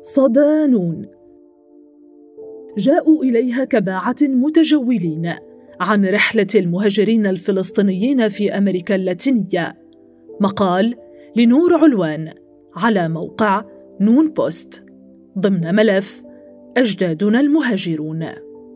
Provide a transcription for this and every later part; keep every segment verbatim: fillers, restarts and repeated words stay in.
صدانون. جاءوا إليها كباعة متجولين عن رحلة المهاجرين الفلسطينيين في أمريكا اللاتينية. مقال لنور علوان على موقع نون بوست ضمن ملف أجدادنا المهاجرون.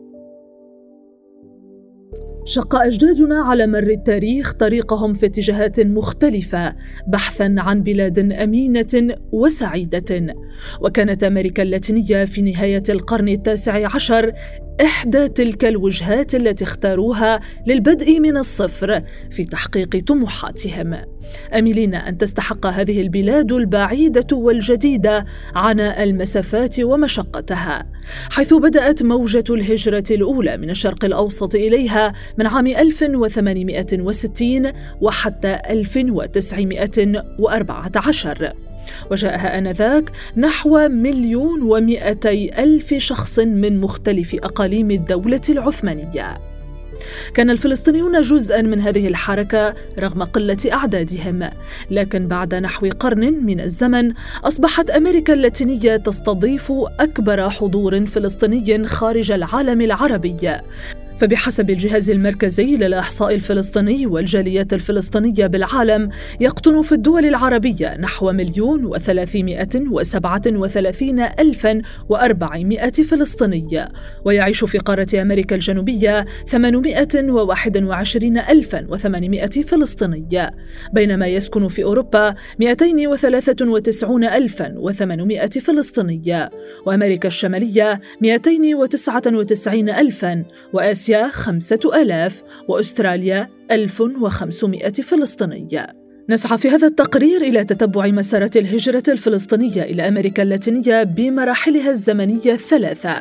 شق أجدادنا على مر التاريخ طريقهم في اتجاهات مختلفة بحثاً عن بلاد أمينة وسعيدة، وكانت أمريكا اللاتينية في نهاية القرن التاسع عشر إحدى تلك الوجهات التي اختاروها للبدء من الصفر في تحقيق طموحاتهم، آملين أن تستحق هذه البلاد البعيدة والجديدة عناء المسافات ومشقتها، حيث بدأت موجة الهجرة الأولى من الشرق الأوسط إليها من عام ألف وثمانمائة وستين وحتى ألف وتسعمائة وأربعة عشر، وجاءها آنذاك نحو مليون ومئتي ألف شخص من مختلف أقاليم الدولة العثمانية. كان الفلسطينيون جزءاً من هذه الحركة رغم قلة أعدادهم، لكن بعد نحو قرن من الزمن أصبحت أمريكا اللاتينية تستضيف أكبر حضور فلسطيني خارج العالم العربي. فبحسب الجهاز المركزي للإحصاء الفلسطيني والجاليات الفلسطينية بالعالم، يقطن في الدول العربية نحو مليون وثلاثمائة وسبعة وثلاثين ألفاً وأربعمائة فلسطيني، ويعيش في قارة أمريكا الجنوبية ثمانمائة وواحد وعشرين ألفاً وثمانمائة فلسطيني، بينما يسكن في أوروبا مئتين وثلاثة وتسعين ألفاً وثمانمائة فلسطيني، وأمريكا الشمالية مئتين وتسعة وتسعين ألفاً، وآسيا خمسة آلاف، وأستراليا ألف وخمسمائة فلسطيني. نسعى في هذا التقرير إلى تتبع مسارات الهجرة الفلسطينية إلى أمريكا اللاتينية بمراحلها الزمنية الثلاثة.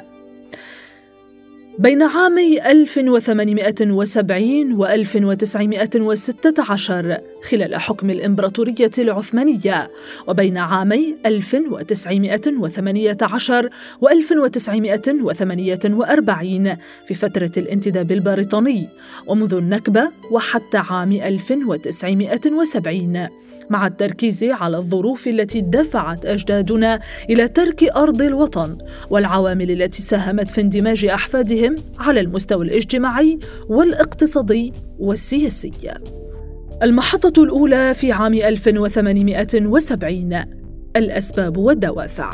بين عامي ألف وثمانمائة وسبعين و ألف وتسعمائة وستة عشر خلال حكم الإمبراطورية العثمانية، وبين عامي ألف وتسعمائة وثمانية عشر و ألف وتسعمائة وثمانية وأربعين في فترة الانتداب البريطاني، ومنذ النكبة وحتى عام ألف وتسعمائة وسبعين، مع التركيز على الظروف التي دفعت أجدادنا إلى ترك أرض الوطن والعوامل التي ساهمت في اندماج أحفادهم على المستوى الاجتماعي والاقتصادي والسياسي. المحطة الأولى في عام ألف وثمانمائة وسبعين، الأسباب والدوافع.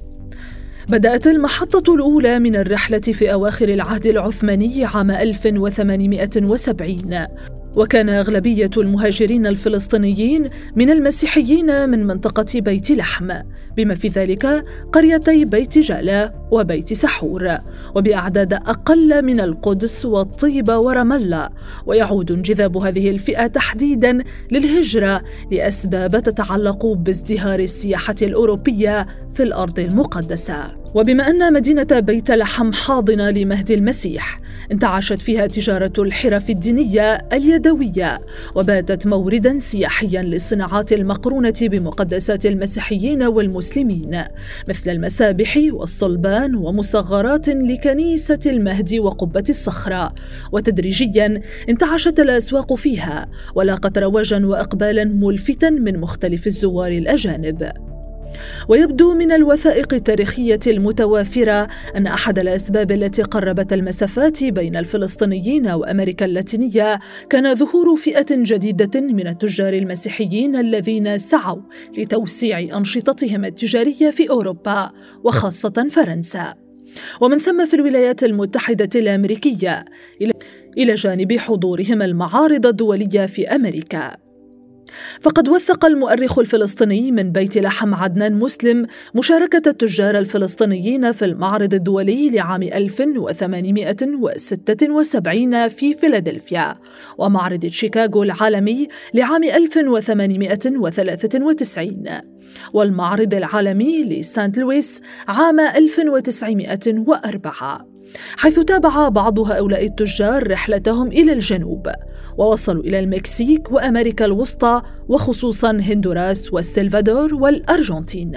بدأت المحطة الأولى من الرحلة في أواخر العهد العثماني عام ألف وثمانمائة وسبعين، وكان أغلبية المهاجرين الفلسطينيين من المسيحيين من منطقة بيت لحم، بما في ذلك قريتي بيت جالا وبيت سحور، وبأعداد أقل من القدس والطيبة ورام الله. ويعود انجذاب هذه الفئة تحديداً للهجرة لأسباب تتعلق بازدهار السياحة الأوروبية في الأرض المقدسة. وبما أن مدينة بيت لحم حاضنة لمهد المسيح، انتعشت فيها تجارة الحرف الدينية اليدوية، وباتت مورداً سياحياً للصناعات المقرونة بمقدسات المسيحيين والمسلمين، مثل المسابح والصلبان ومصغرات لكنيسة المهدي وقبة الصخرة. وتدريجياً انتعشت الأسواق فيها، ولاقت رواجاً وإقبالاً ملفتاً من مختلف الزوار الأجانب. ويبدو من الوثائق التاريخية المتوافرة أن أحد الأسباب التي قربت المسافات بين الفلسطينيين وأمريكا اللاتينية كان ظهور فئة جديدة من التجار المسيحيين الذين سعوا لتوسيع أنشطتهم التجارية في أوروبا وخاصة فرنسا، ومن ثم في الولايات المتحدة الأمريكية، إلى جانب حضورهم المعارض الدولية في أمريكا. فقد وثق المؤرخ الفلسطيني من بيت لحم عدنان مسلم مشاركة التجار الفلسطينيين في المعرض الدولي لعام ألف وثمانمائة وستة وسبعين في فيلادلفيا، ومعرض شيكاغو العالمي لعام ألف وثمانمائة وثلاثة وتسعين، والمعرض العالمي لسانت لويس عام ألف وتسعمائة وأربعة، حيث تابع بعض هؤلاء التجار رحلتهم إلى الجنوب، ووصلوا إلى المكسيك وأمريكا الوسطى، وخصوصاً هندوراس والسلفادور والأرجنتين.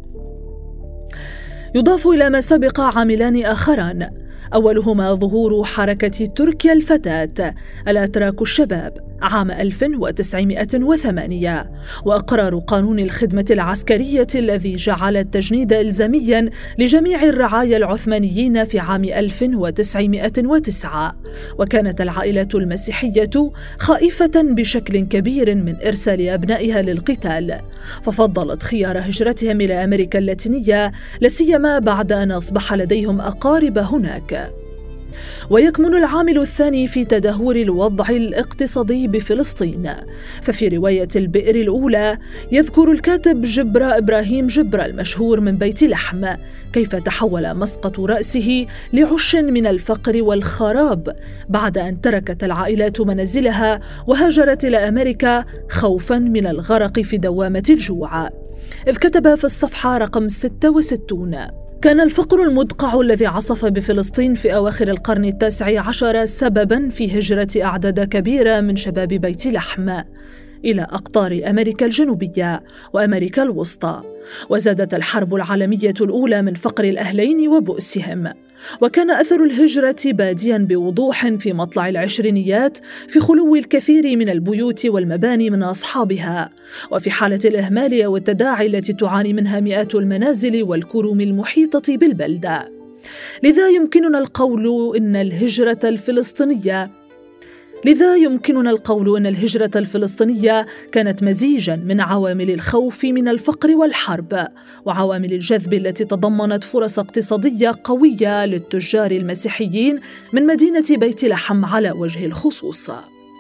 يضاف إلى ما سبق عاملان آخران، أولهما ظهور حركة تركيا الفتاة الأتراك الشباب عام ألف وتسعمائة وثمانية، وإقرار قانون الخدمة العسكرية الذي جعل التجنيد إلزامياً لجميع الرعايا العثمانيين في عام ألف وتسعمائة وتسعة. وكانت العائلة المسيحية خائفة بشكل كبير من إرسال أبنائها للقتال، ففضلت خيار هجرتهم إلى أمريكا اللاتينية، لاسيما بعد أن أصبح لديهم أقارب هناك. ويكمن العامل الثاني في تدهور الوضع الاقتصادي بفلسطين، ففي رواية البئر الأولى يذكر الكاتب جبرة إبراهيم جبرة المشهور من بيت لحم كيف تحول مسقط رأسه لعش من الفقر والخراب بعد أن تركت العائلات منازلها وهاجرت إلى أمريكا خوفاً من الغرق في دوامة الجوع، إذ كتب في الصفحة رقم ستة وستين: كان الفقر المدقع الذي عصف بفلسطين في أواخر القرن التاسع عشر سبباً في هجرة أعداد كبيرة من شباب بيت لحم إلى أقطار أمريكا الجنوبية وأمريكا الوسطى. وزادت الحرب العالمية الأولى من فقر الأهلين وبؤسهم، وكان أثر الهجرة بادياً بوضوح في مطلع العشرينيات في خلو الكثير من البيوت والمباني من أصحابها، وفي حالة الإهمال والتداعي التي تعاني منها مئات المنازل والكروم المحيطة بالبلدة. لذا يمكننا القول إن الهجرة الفلسطينية لذا يمكننا القول أن الهجرة الفلسطينية كانت مزيجاً من عوامل الخوف من الفقر والحرب وعوامل الجذب التي تضمنت فرص اقتصادية قوية للتجار المسيحيين من مدينة بيت لحم على وجه الخصوص.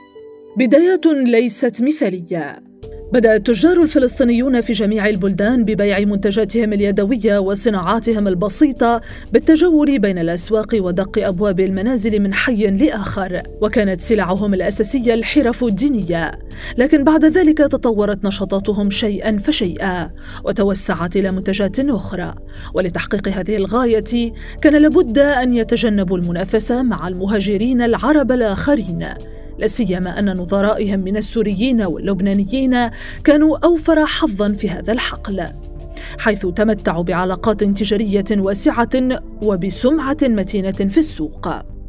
بدايات ليست مثالية. بدأ التجار الفلسطينيون في جميع البلدان ببيع منتجاتهم اليدوية وصناعاتهم البسيطة بالتجول بين الأسواق ودق أبواب المنازل من حي لآخر، وكانت سلعهم الأساسية الحرف الدينية. لكن بعد ذلك تطورت نشاطاتهم شيئاً فشيئاً وتوسعت إلى منتجات أخرى، ولتحقيق هذه الغاية كان لابد أن يتجنبوا المنافسة مع المهاجرين العرب الآخرين، لا سيما أن نظرائهم من السوريين واللبنانيين كانوا أوفر حظاً في هذا الحقل، حيث تمتعوا بعلاقات تجارية واسعة وبسمعة متينة في السوق.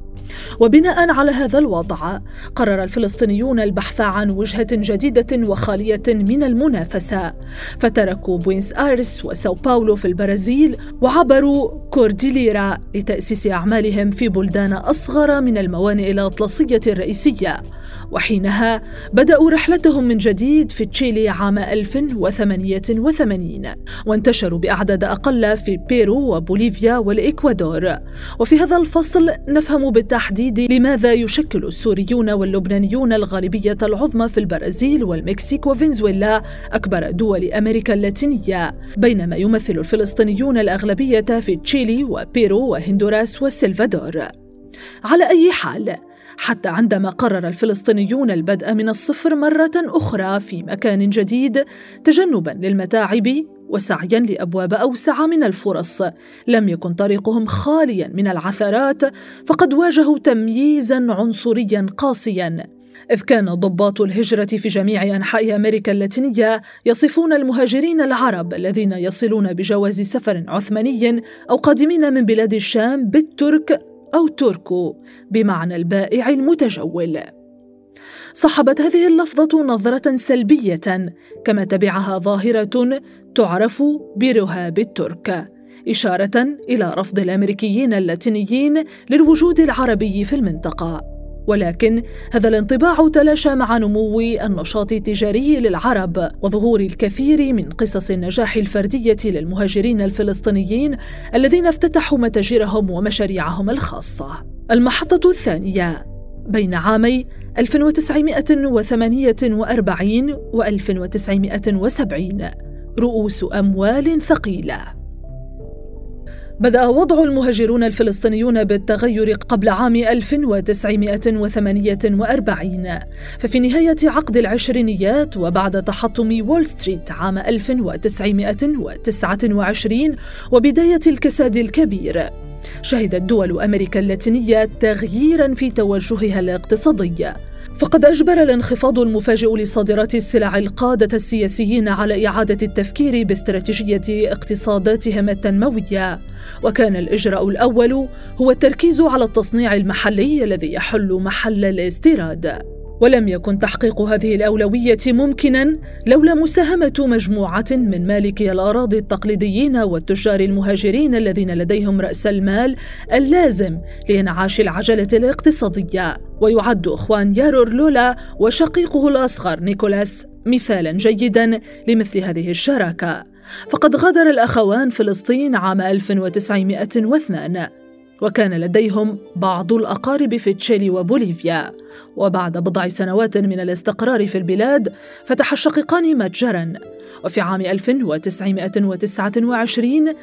وبناء على هذا الوضع قرر الفلسطينيون البحث عن وجهة جديدة وخالية من المنافسة، فتركوا بوينس آيرس وساو باولو في البرازيل وعبروا كورديليرا لتأسيس أعمالهم في بلدان أصغر من الموانئ الأطلسية الرئيسية. وحينها بدأوا رحلتهم من جديد في تشيلي عام ألف وثمانمائة وثمانين، وانتشروا بأعداد أقل في بيرو وبوليفيا والإكوادور. وفي هذا الفصل نفهم بالتحديد لماذا يشكل السوريون واللبنانيون الغالبية العظمى في البرازيل والمكسيك وفنزويلا أكبر دول أمريكا اللاتينية، بينما يمثل الفلسطينيون الأغلبية في تشيلي وبيرو وهندوراس والسلفادور. على أي حال، حتى عندما قرر الفلسطينيون البدء من الصفر مرة أخرى في مكان جديد تجنباً للمتاعب وسعياً لأبواب أوسع من الفرص، لم يكن طريقهم خالياً من العثرات، فقد واجهوا تمييزاً عنصرياً قاسياً، إذ كان ضباط الهجرة في جميع أنحاء أمريكا اللاتينية يصفون المهاجرين العرب الذين يصلون بجواز سفر عثماني أو قادمين من بلاد الشام بالترك أو تركو، بمعنى البائع المتجول. صحبت هذه اللفظة نظرة سلبية، كما تبعها ظاهرة تعرف برهاب الترك، إشارة إلى رفض الأمريكيين اللاتينيين للوجود العربي في المنطقة. ولكن هذا الانطباع تلاشى مع نمو النشاط التجاري للعرب وظهور الكثير من قصص النجاح الفردية للمهاجرين الفلسطينيين الذين افتتحوا متاجرهم ومشاريعهم الخاصة. المحطة الثانية بين عامي ألف وتسعمائة وثمانية وأربعين و ألف وتسعمائة وسبعين، رؤوس أموال ثقيلة. بدأ وضع المهاجرون الفلسطينيون بالتغير قبل عام ألف وتسعمائة وثمانية وأربعين، ففي نهاية عقد العشرينيات وبعد تحطم وول ستريت عام ألف وتسعمائة وتسعة وعشرين وبداية الكساد الكبير، شهدت دول أمريكا اللاتينية تغييراً في توجهها الاقتصادي، فقد أجبر الانخفاض المفاجئ لصادرات السلع القادة السياسيين على إعادة التفكير باستراتيجية اقتصاداتهم التنموية، وكان الإجراء الأول هو التركيز على التصنيع المحلي الذي يحل محل الاستيراد. ولم يكن تحقيق هذه الأولوية ممكناً لولا مساهمة مجموعة من مالكي الأراضي التقليديين والتجار المهاجرين الذين لديهم رأس المال اللازم لإنعاش العجلة الاقتصادية. ويعد خوان يارور لولا وشقيقه الأصغر نيكولاس مثالاً جيداً لمثل هذه الشراكة، فقد غادر الأخوان فلسطين عام ألف وتسعمائة واثنين، وكان لديهم بعض الأقارب في تشيلي وبوليفيا. وبعد بضع سنوات من الاستقرار في البلاد فتح الشقيقان متجراً، وفي عام ألف وتسعمائة وتسعة وعشرين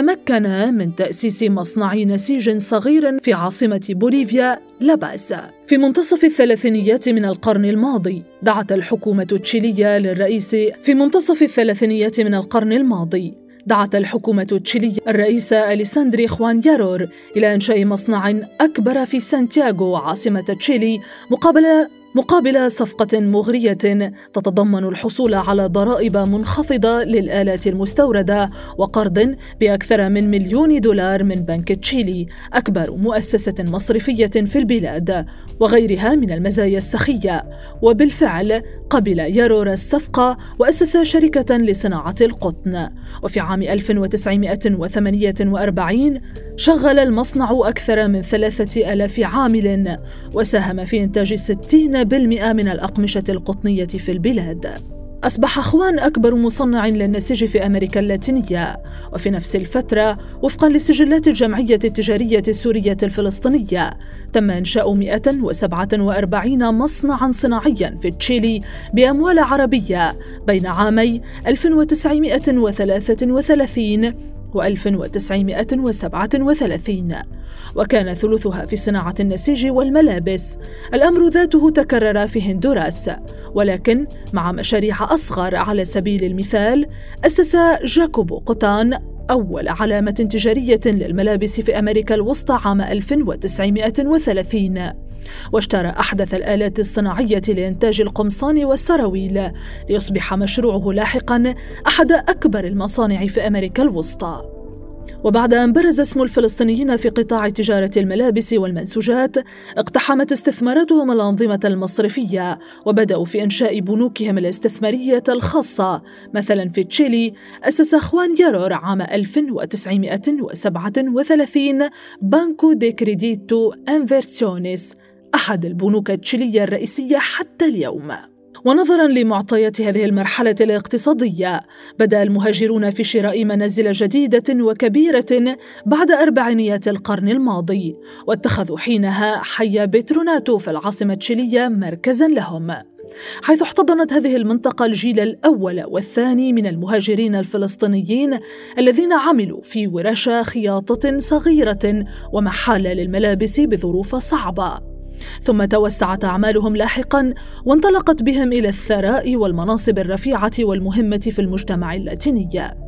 تمكنا من تأسيس مصنع نسيج صغير في عاصمة بوليفيا لاباز. في منتصف الثلاثينيات من القرن الماضي دعت الحكومة التشيلية للرئيس في منتصف الثلاثينيات من القرن الماضي دعت الحكومة التشيلية الرئيس أليساندري خوان يارور إلى إنشاء مصنع أكبر في سانتياغو عاصمة تشيلي مقابل مقابل صفقة مغرية تتضمن الحصول على ضرائب منخفضة للآلات المستوردة وقرض بأكثر من مليون دولار من بنك تشيلي، أكبر مؤسسة مصرفية في البلاد، وغيرها من المزايا السخية. وبالفعل قبل يارور الصفقة وأسس شركة لصناعة القطن. وفي عام ألف وتسعمائة وثمانية وأربعين شغل المصنع أكثر من ثلاثة آلاف عامل، وساهم في إنتاج ستين بالمئة من الأقمشة القطنية في البلاد. أصبح خوان أكبر مصنع للنسيج في أمريكا اللاتينية. وفي نفس الفترة وفقاً لسجلات الجمعية التجارية السورية الفلسطينية تم إنشاء مئة وسبعة وأربعين مصنعاً صناعياً في تشيلي بأموال عربية بين عامي ألف وتسعمائة وثلاثة وثلاثين وألف وتسعمائة وسبعة وثلاثين، وكان ثلثها في صناعة النسيج والملابس. الأمر ذاته تكرر في هندوراس، ولكن مع مشاريع أصغر. على سبيل المثال أسس جاكوبو قطان أول علامة تجارية للملابس في أمريكا الوسطى عام ألف وتسعمائة وثلاثين، واشترى أحدث الآلات الصناعية لإنتاج القمصان والسراويل ليصبح مشروعه لاحقاً أحد أكبر المصانع في أمريكا الوسطى. وبعد أن برز اسم الفلسطينيين في قطاع تجارة الملابس والمنسوجات اقتحمت استثماراتهم الأنظمة المصرفية وبدأوا في إنشاء بنوكهم الاستثمارية الخاصة. مثلا في تشيلي أسس خوان يارور عام ألف وتسعمائة وسبعة وثلاثين بانكو دي كريديتو انفيرسيونيس، أحد البنوك التشيلية الرئيسية حتى اليوم. ونظراً لمعطيات هذه المرحلة الاقتصادية بدأ المهاجرون في شراء منازل جديدة وكبيرة بعد أربعينيات القرن الماضي، واتخذوا حينها حي بتروناتو في العاصمة التشيلية مركزاً لهم، حيث احتضنت هذه المنطقة الجيل الأول والثاني من المهاجرين الفلسطينيين الذين عملوا في ورش خياطة صغيرة ومحال للملابس بظروف صعبة. ثم توسعت أعمالهم لاحقاً وانطلقت بهم إلى الثراء والمناصب الرفيعة والمهمة في المجتمع اللاتيني.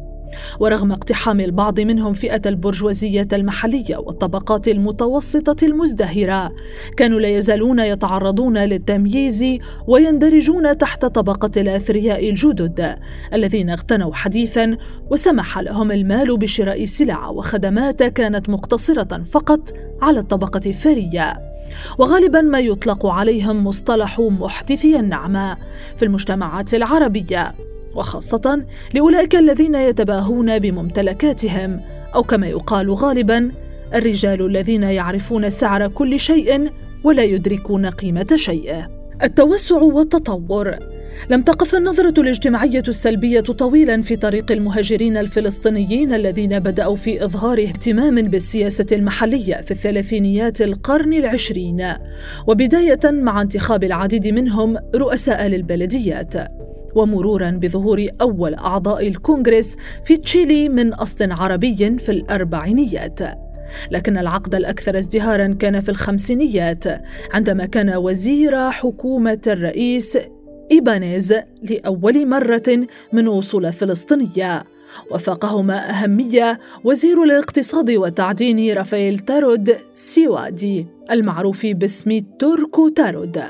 ورغم اقتحام البعض منهم فئة البرجوازية المحلية والطبقات المتوسطة المزدهرة، كانوا لا يزالون يتعرضون للتمييز ويندرجون تحت طبقة الأثرياء الجدد الذين اغتنوا حديثاً وسمح لهم المال بشراء سلع وخدمات كانت مقتصرة فقط على الطبقة الثرية، وغالباً ما يطلق عليهم مصطلح محدثي النعمة في المجتمعات العربية، وخاصة لأولئك الذين يتباهون بممتلكاتهم، أو كما يقال غالباً الرجال الذين يعرفون سعر كل شيء ولا يدركون قيمة شيء. التوسع والتطور. لم تقف النظرة الاجتماعية السلبية طويلاً في طريق المهاجرين الفلسطينيين الذين بدأوا في إظهار اهتمام بالسياسة المحلية في الثلاثينيات القرن العشرين، وبداية مع انتخاب العديد منهم رؤساء للبلديات، ومروراً بظهور أول أعضاء الكونغرس في تشيلي من أصل عربي في الأربعينيات. لكن العقد الأكثر ازدهاراً كان في الخمسينيات عندما كان وزير حكومة الرئيس إيبانيز لأول مرة من أصول فلسطينية، وفاقهما أهمية وزير الاقتصاد والتعدين رافائيل تارود سيوادي المعروف باسم توركو تارود.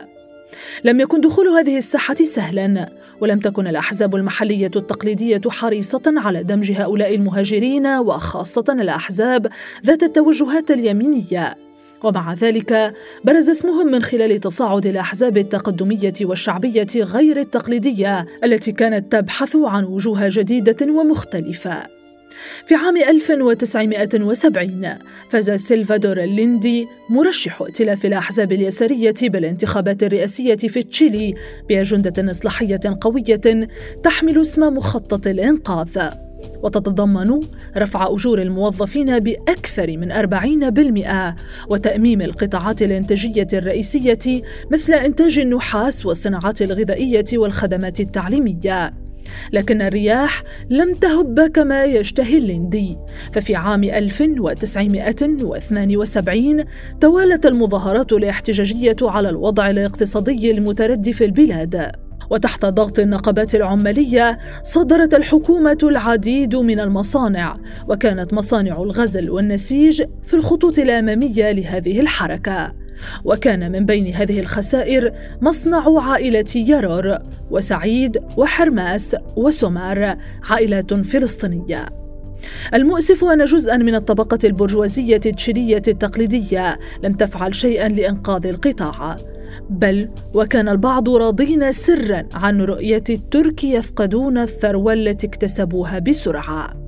لم يكن دخول هذه الساحة سهلاً، ولم تكن الأحزاب المحلية التقليدية حريصة على دمج هؤلاء المهاجرين، وخاصة الأحزاب ذات التوجهات اليمينية. ومع ذلك برز اسمهم من خلال تصاعد الأحزاب التقدمية والشعبية غير التقليدية التي كانت تبحث عن وجوه جديدة ومختلفة. في عام ألف وتسعمائة وسبعين فاز سلفادور الليندي مرشح ائتلاف الأحزاب اليسارية بالانتخابات الرئاسية في تشيلي بأجندة إصلاحية قوية تحمل اسم مخطط الإنقاذ، وتتضمن رفع أجور الموظفين بأكثر من أربعين بالمئة وتأميم القطاعات الإنتاجية الرئيسية مثل إنتاج النحاس والصناعات الغذائية والخدمات التعليمية. لكن الرياح لم تهب كما يشتهي الليندي، ففي عام ألف وتسعمائة واثنين وسبعين توالت المظاهرات الاحتجاجية على الوضع الاقتصادي المتردي في البلاد، وتحت ضغط النقابات العمالية صدرت الحكومة العديد من المصانع، وكانت مصانع الغزل والنسيج في الخطوط الأمامية لهذه الحركة. وكان من بين هذه الخسائر مصنع عائلة يرور وسعيد وحرماس وسمار، عائلات فلسطينية. المؤسف أن جزءاً من الطبقة البرجوازية التشيلية التقليدية لم تفعل شيئاً لإنقاذ القطاع، بل وكان البعض راضين سراً عن رؤية الترك يفقدون الثروة التي اكتسبوها بسرعة.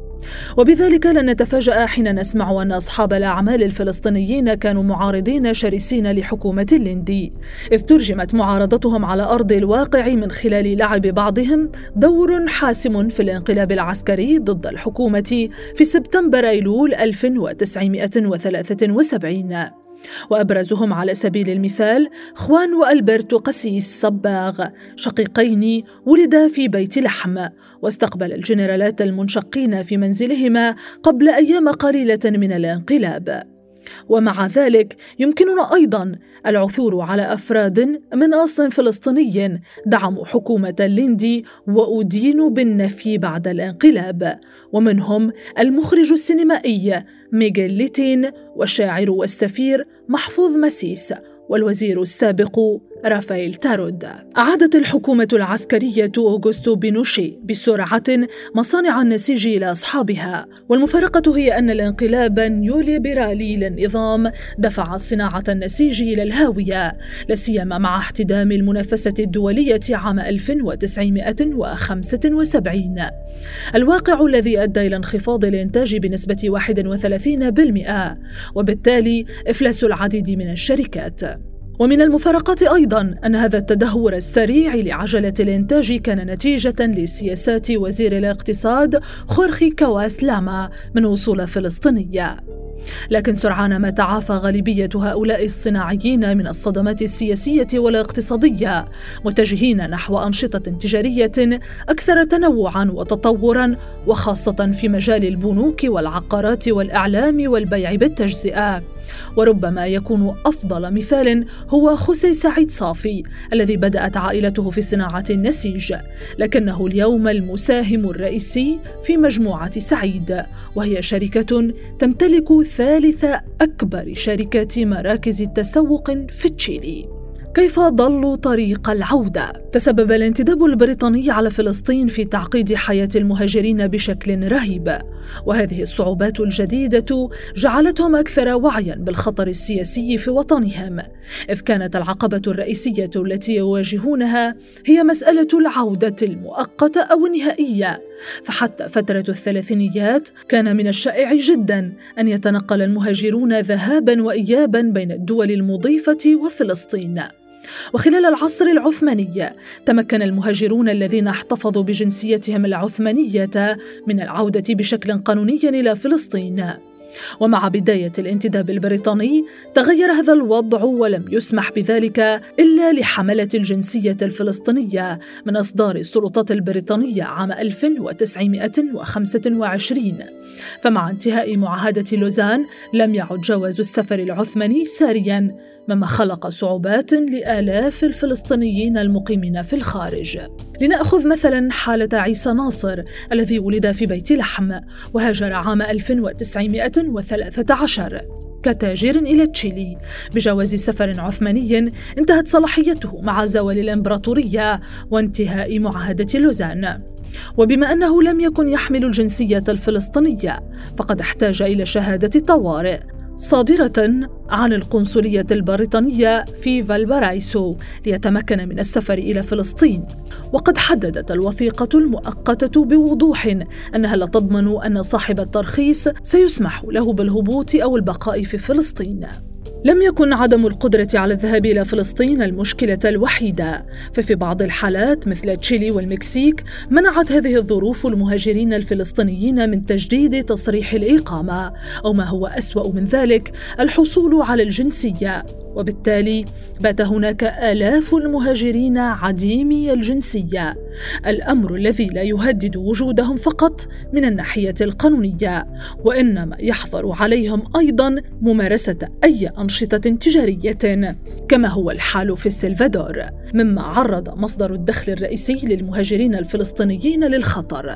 وبذلك لن نتفاجأ حين نسمع أن أصحاب الأعمال الفلسطينيين كانوا معارضين شرسين لحكومة الليندي، إذ ترجمت معارضتهم على أرض الواقع من خلال لعب بعضهم دور حاسم في الانقلاب العسكري ضد الحكومة في سبتمبر أيلول ألف وتسعمائة وثلاثة وسبعين. وأبرزهم على سبيل المثال خوان وألبرتو قسيس صباغ، شقيقين ولدا في بيت لحم، واستقبل الجنرالات المنشقين في منزلهما قبل أيام قليلة من الانقلاب. ومع ذلك يمكننا أيضاً العثور على أفراد من أصل فلسطيني دعموا حكومة الليندي وأدينوا بالنفي بعد الانقلاب، ومنهم المخرج السينمائي ميغيل ليتين والشاعر والسفير محفوظ مسيس والوزير السابق رافائيل تارود. أعادت الحكومة العسكرية أوغوستو بينوشي بسرعة مصانع النسيج إلى أصحابها، والمفارقة هي أن الانقلاب النيوليبرالي للنظام دفع صناعة النسيج إلى الهاوية، لاسيما مع احتدام المنافسة الدولية عام ألف وتسعمائة وخمسة وسبعين، الواقع الذي أدى إلى انخفاض الإنتاج بنسبة واحد وثلاثين بالمئة، وبالتالي إفلاس العديد من الشركات. ومن المفارقات أيضاً أن هذا التدهور السريع لعجلة الإنتاج كان نتيجة لسياسات وزير الاقتصاد خورخي كواس لاما من أصول فلسطينية. لكن سرعان ما تعافى غالبية هؤلاء الصناعيين من الصدمات السياسية والاقتصادية، متجهين نحو أنشطة تجارية أكثر تنوعاً وتطوراً، وخاصة في مجال البنوك والعقارات والإعلام والبيع بالتجزئة. وربما يكون أفضل مثال هو خوسي سعيد صافي الذي بدأت عائلته في صناعة النسيج، لكنه اليوم المساهم الرئيسي في مجموعة سعيد، وهي شركة تمتلك ثالث أكبر شركات مراكز التسوق في تشيلي. كيف ضلوا طريق العودة؟ تسبب الانتداب البريطاني على فلسطين في تعقيد حياة المهاجرين بشكل رهيب، وهذه الصعوبات الجديدة جعلتهم أكثر وعياً بالخطر السياسي في وطنهم، إذ كانت العقبة الرئيسية التي يواجهونها هي مسألة العودة المؤقتة أو النهائية. فحتى فترة الثلاثينيات كان من الشائع جداً أن يتنقل المهاجرون ذهاباً وإياباً بين الدول المضيفة وفلسطين. وخلال العصر العثماني تمكن المهاجرون الذين احتفظوا بجنسيتهم العثمانية من العودة بشكل قانوني إلى فلسطين. ومع بداية الانتداب البريطاني تغير هذا الوضع، ولم يسمح بذلك إلا لحملة الجنسية الفلسطينية من إصدار السلطات البريطانية عام ألف وتسعمائة وخمسة وعشرين. فمع انتهاء معاهدة لوزان لم يعد جواز السفر العثماني سارياً، مما خلق صعوبات لآلاف الفلسطينيين المقيمين في الخارج. لنأخذ مثلاً حالة عيسى ناصر الذي ولد في بيت لحم وهاجر عام ألف وتسعمائة وثلاثة عشر كتاجر إلى تشيلي بجواز سفر عثماني انتهت صلاحيته مع زوال الإمبراطورية وانتهاء معاهدة لوزان. وبما أنه لم يكن يحمل الجنسية الفلسطينية فقد احتاج إلى شهادة طوارئ، صادرة عن القنصلية البريطانية في فالبارايسو ليتمكن من السفر إلى فلسطين. وقد حددت الوثيقة المؤقتة بوضوح أنها لا تضمن أن صاحب الترخيص سيسمح له بالهبوط أو البقاء في فلسطين. لم يكن عدم القدرة على الذهاب إلى فلسطين المشكلة الوحيدة، ففي بعض الحالات مثل تشيلي والمكسيك منعت هذه الظروف المهاجرين الفلسطينيين من تجديد تصريح الإقامة، أو ما هو أسوأ من ذلك الحصول على الجنسية، وبالتالي بات هناك آلاف المهاجرين عديمي الجنسية، الأمر الذي لا يهدد وجودهم فقط من الناحية القانونية، وإنما يحظر عليهم أيضاً ممارسة أي أنشطة تجارية كما هو الحال في السلفادور، مما عرض مصدر الدخل الرئيسي للمهاجرين الفلسطينيين للخطر.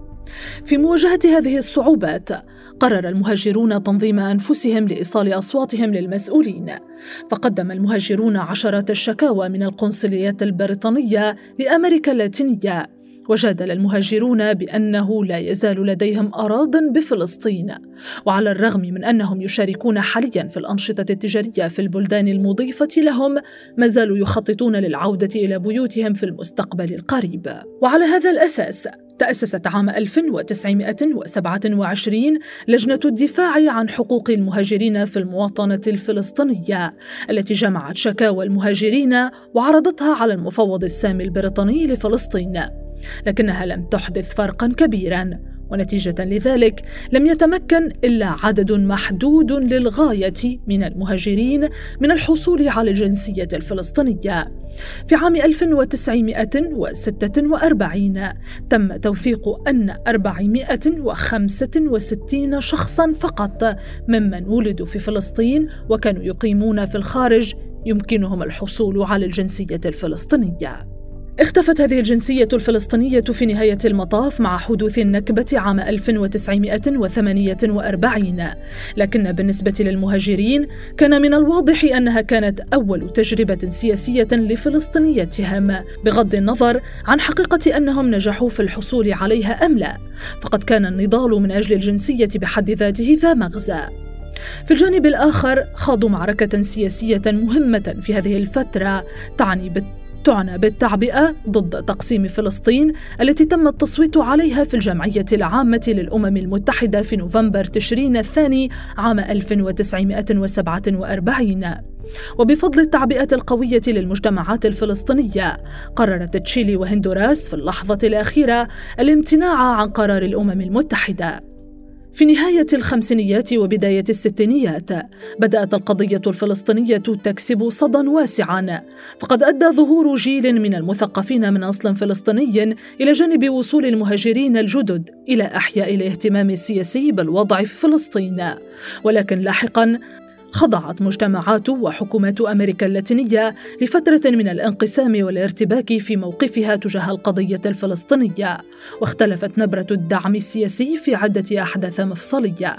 في مواجهة هذه الصعوبات قرر المهاجرون تنظيم أنفسهم لإيصال أصواتهم للمسؤولين، فقدم المهاجرون عشرات الشكاوى من القنصليات البريطانية لأمريكا اللاتينية، وجادل المهاجرون بأنه لا يزال لديهم أراضٍ بفلسطين، وعلى الرغم من أنهم يشاركون حالياً في الأنشطة التجارية في البلدان المضيفة لهم، ما زالوا يخططون للعودة إلى بيوتهم في المستقبل القريب. وعلى هذا الأساس تأسست عام ألف وتسعمائة وسبعة وعشرين لجنة الدفاع عن حقوق المهاجرين في المواطنة الفلسطينية، التي جمعت شكاوى المهاجرين وعرضتها على المفوض السامي البريطاني لفلسطين، لكنها لم تحدث فرقاً كبيراً، ونتيجة لذلك لم يتمكن إلا عدد محدود للغاية من المهاجرين من الحصول على الجنسية الفلسطينية. في عام ألف وتسعمائة وستة وأربعين تم توثيق أن أربعمائة وخمسة وستين شخصاً فقط ممن ولدوا في فلسطين وكانوا يقيمون في الخارج يمكنهم الحصول على الجنسية الفلسطينية. اختفت هذه الجنسية الفلسطينية في نهاية المطاف مع حدوث النكبة عام ألف وتسعمائة وثمانية وأربعين، لكن بالنسبة للمهاجرين كان من الواضح أنها كانت أول تجربة سياسية لفلسطينيتهم، بغض النظر عن حقيقة أنهم نجحوا في الحصول عليها أم لا، فقد كان النضال من أجل الجنسية بحد ذاته ذا مغزى. في الجانب الآخر خاضوا معركة سياسية مهمة في هذه الفترة تعني بالتالي تعنى بالتعبئة ضد تقسيم فلسطين التي تم التصويت عليها في الجمعية العامة للأمم المتحدة في نوفمبر تشرين الثاني عام ألف وتسعمائة وسبعة وأربعين. وبفضل التعبئة القوية للمجتمعات الفلسطينية قررت تشيلي وهندوراس في اللحظة الأخيرة الامتناع عن قرار الأمم المتحدة. في نهاية الخمسينيات وبداية الستينيات بدأت القضية الفلسطينية تكسب صدى واسعاً، فقد أدى ظهور جيل من المثقفين من أصل فلسطيني إلى جانب وصول المهاجرين الجدد إلى إحياء الاهتمام السياسي بالوضع في فلسطين. ولكن لاحقاً خضعت مجتمعات وحكومات أمريكا اللاتينية لفترة من الانقسام والارتباك في موقفها تجاه القضية الفلسطينية، واختلفت نبرة الدعم السياسي في عدة أحداث مفصلية.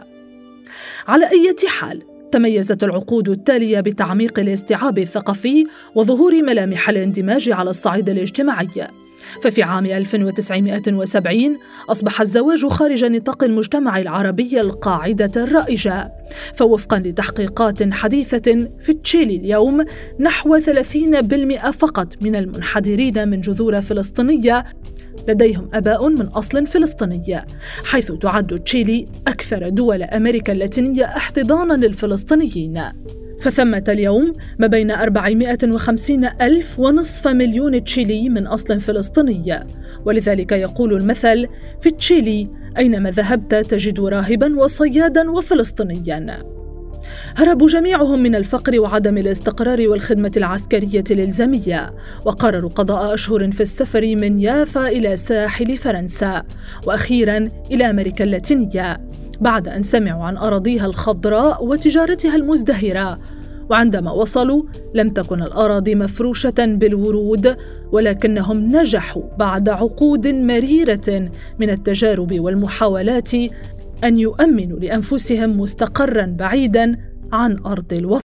على أي حال تميزت العقود التالية بتعميق الاستيعاب الثقافي وظهور ملامح الاندماج على الصعيد الاجتماعي. ففي عام ألف وتسعمائة وسبعين أصبح الزواج خارج نطاق المجتمع العربي القاعدة الرائجة، فوفقاً لتحقيقات حديثة في تشيلي اليوم نحو ثلاثين بالمئة فقط من المنحدرين من جذور فلسطينية لديهم آباء من أصل فلسطيني، حيث تعد تشيلي أكثر دول أمريكا اللاتينية احتضاناً للفلسطينيين. فثمة اليوم ما بين أربعمائة وخمسين ألف ونصف مليون تشيلي من أصل فلسطيني، ولذلك يقول المثل: في تشيلي أينما ذهبت تجد راهباً وصياداً وفلسطينياً. هربوا جميعهم من الفقر وعدم الاستقرار والخدمة العسكرية الإلزامية، وقرروا قضاء أشهر في السفر من يافا إلى ساحل فرنسا، وأخيراً إلى أمريكا اللاتينية، بعد أن سمعوا عن أراضيها الخضراء وتجارتها المزدهرة. وعندما وصلوا لم تكن الأراضي مفروشة بالورود، ولكنهم نجحوا بعد عقود مريرة من التجارب والمحاولات أن يؤمنوا لأنفسهم مستقراً بعيداً عن أرض الوطن.